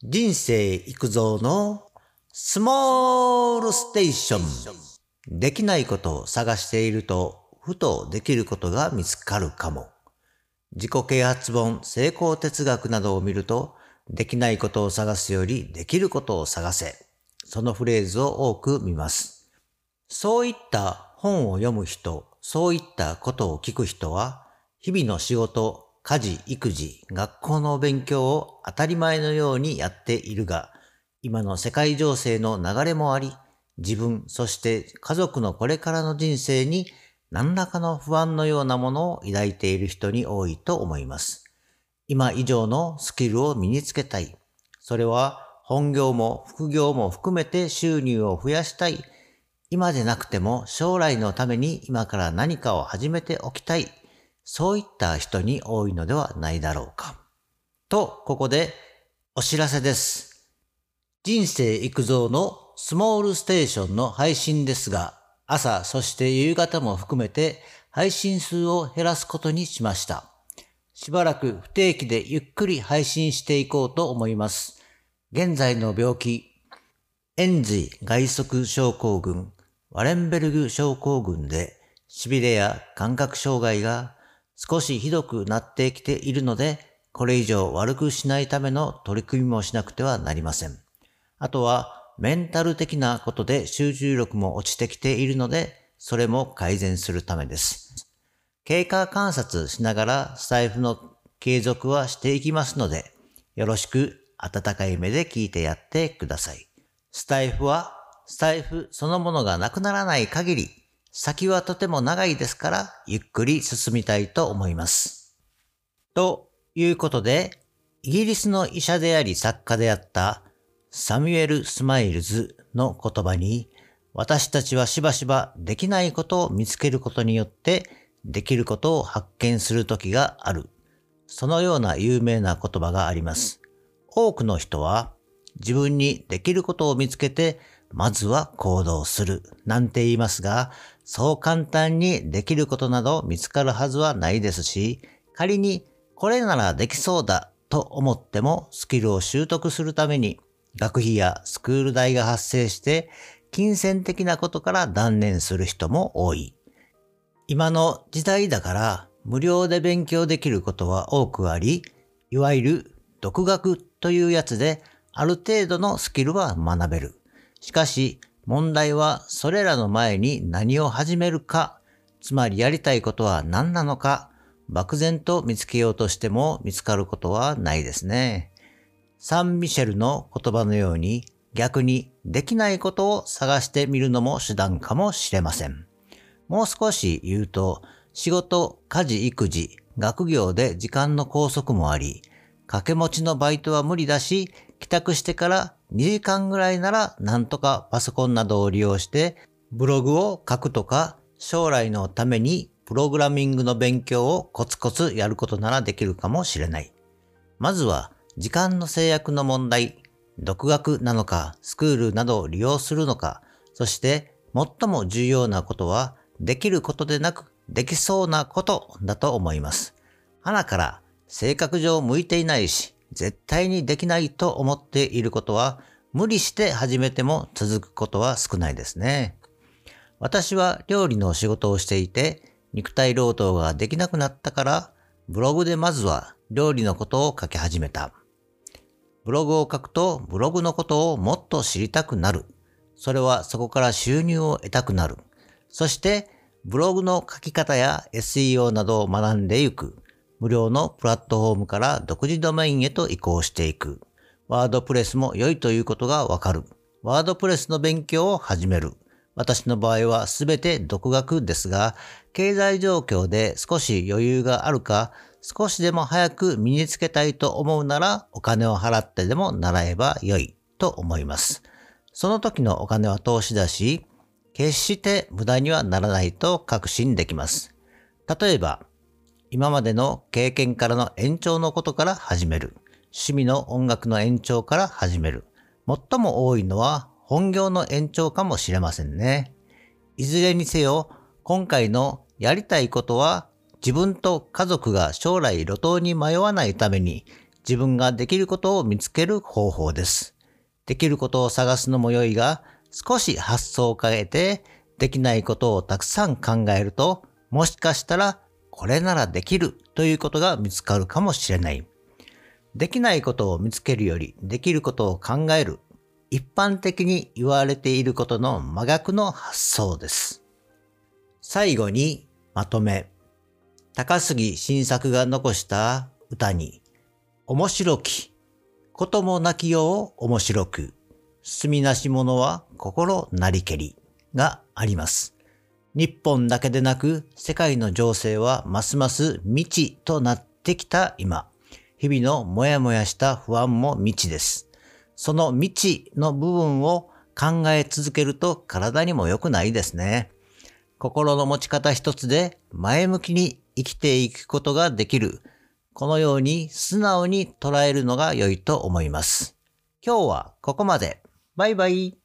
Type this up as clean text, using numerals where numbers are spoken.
人生育造のスモールステーション。できないことを探していると、ふとできることが見つかるかも。自己啓発本、成功哲学などを見ると、できないことを探すよりできることを探せ。そのフレーズを多く見ます。そういった本を読む人、そういったことを聞く人は、日々の仕事、家事、育児、学校の勉強を当たり前のようにやっているが、今の世界情勢の流れもあり、自分、そして家族のこれからの人生に何らかの不安のようなものを抱いている人に多いと思います。今以上のスキルを身につけたい。それは本業も副業も含めて収入を増やしたい。今でなくても将来のために今から何かを始めておきたい。そういった人に多いのではないだろうか。と、ここでお知らせです。人生育造のスモールステーションの配信ですが、朝そして夕方も含めて配信数を減らすことにしました。しばらく不定期でゆっくり配信していこうと思います。現在の病気、延髄外側症候群、ワレンベルグ症候群で、痺れや感覚障害が少しひどくなってきているので、これ以上悪くしないための取り組みもしなくてはなりません。あとは、メンタル的なことで集中力も落ちてきているので、それも改善するためです。経過観察しながらスタイフの継続はしていきますので、よろしく温かい目で聞いてやってください。スタイフそのものがなくならない限り、先はとても長いですから、ゆっくり進みたいと思います。ということで、イギリスの医者であり作家であったサミュエル・スマイルズの言葉に、私たちはしばしばできないことを見つけることによって、できることを発見する時がある。そのような有名な言葉があります。多くの人は自分にできることを見つけて、まずは行動するなんて言いますが、そう簡単にできることなど見つかるはずはないですし、仮にこれならできそうだと思ってもスキルを習得するために学費やスクール代が発生して金銭的なことから断念する人も多い。今の時代だから無料で勉強できることは多くあり、いわゆる独学というやつである程度のスキルは学べる。しかし問題はそれらの前に何を始めるか、つまりやりたいことは何なのか、漠然と見つけようとしても見つかることはないですね。サン・ミシェルの言葉のように逆にできないことを探してみるのも手段かもしれません。もう少し言うと、仕事、家事、育児、学業で時間の拘束もあり、掛け持ちのバイトは無理だし、帰宅してから2時間ぐらいならなんとかパソコンなどを利用してブログを書くとか、将来のためにプログラミングの勉強をコツコツやることならできるかもしれない。まずは時間の制約の問題、独学なのかスクールなどを利用するのか、そして最も重要なことはできることでなくできそうなことだと思います。鼻から性格上向いていないし、絶対にできないと思っていることは無理して始めても続くことは少ないですね。私は料理の仕事をしていて、肉体労働ができなくなったから、ブログでまずは料理のことを書き始めた。ブログを書くとブログのことをもっと知りたくなる。それはそこから収入を得たくなる。そしてブログの書き方や SEO などを学んでいく。無料のプラットフォームから独自ドメインへと移行していく。ワードプレスも良いということがわかる。ワードプレスの勉強を始める。私の場合はすべて独学ですが、経済状況で少し余裕があるか、少しでも早く身につけたいと思うならお金を払ってでも習えば良いと思います。その時のお金は投資だし、決して無駄にはならないと確信できます。例えば、今までの経験からの延長のことから始める。趣味の音楽の延長から始める。最も多いのは本業の延長かもしれませんね。いずれにせよ、今回のやりたいことは自分と家族が将来路頭に迷わないために自分ができることを見つける方法です。できることを探すのも良いが、少し発想を変えて、できないことをたくさん考えると、もしかしたらこれならできるということが見つかるかもしれない。できないことを見つけるよりできることを考える。一般的に言われていることの真逆の発想です。最後にまとめ。高杉晋作が残した歌に、面白き、こともなきよう面白く、住みなし者は心なりけりがあります。日本だけでなく世界の情勢はますます未知となってきた今、日々のもやもやした不安も未知です。その未知の部分を考え続けると体にも良くないですね。心の持ち方一つで前向きに生きていくことができる。このように素直に捉えるのが良いと思います。今日はここまで。バイバイ。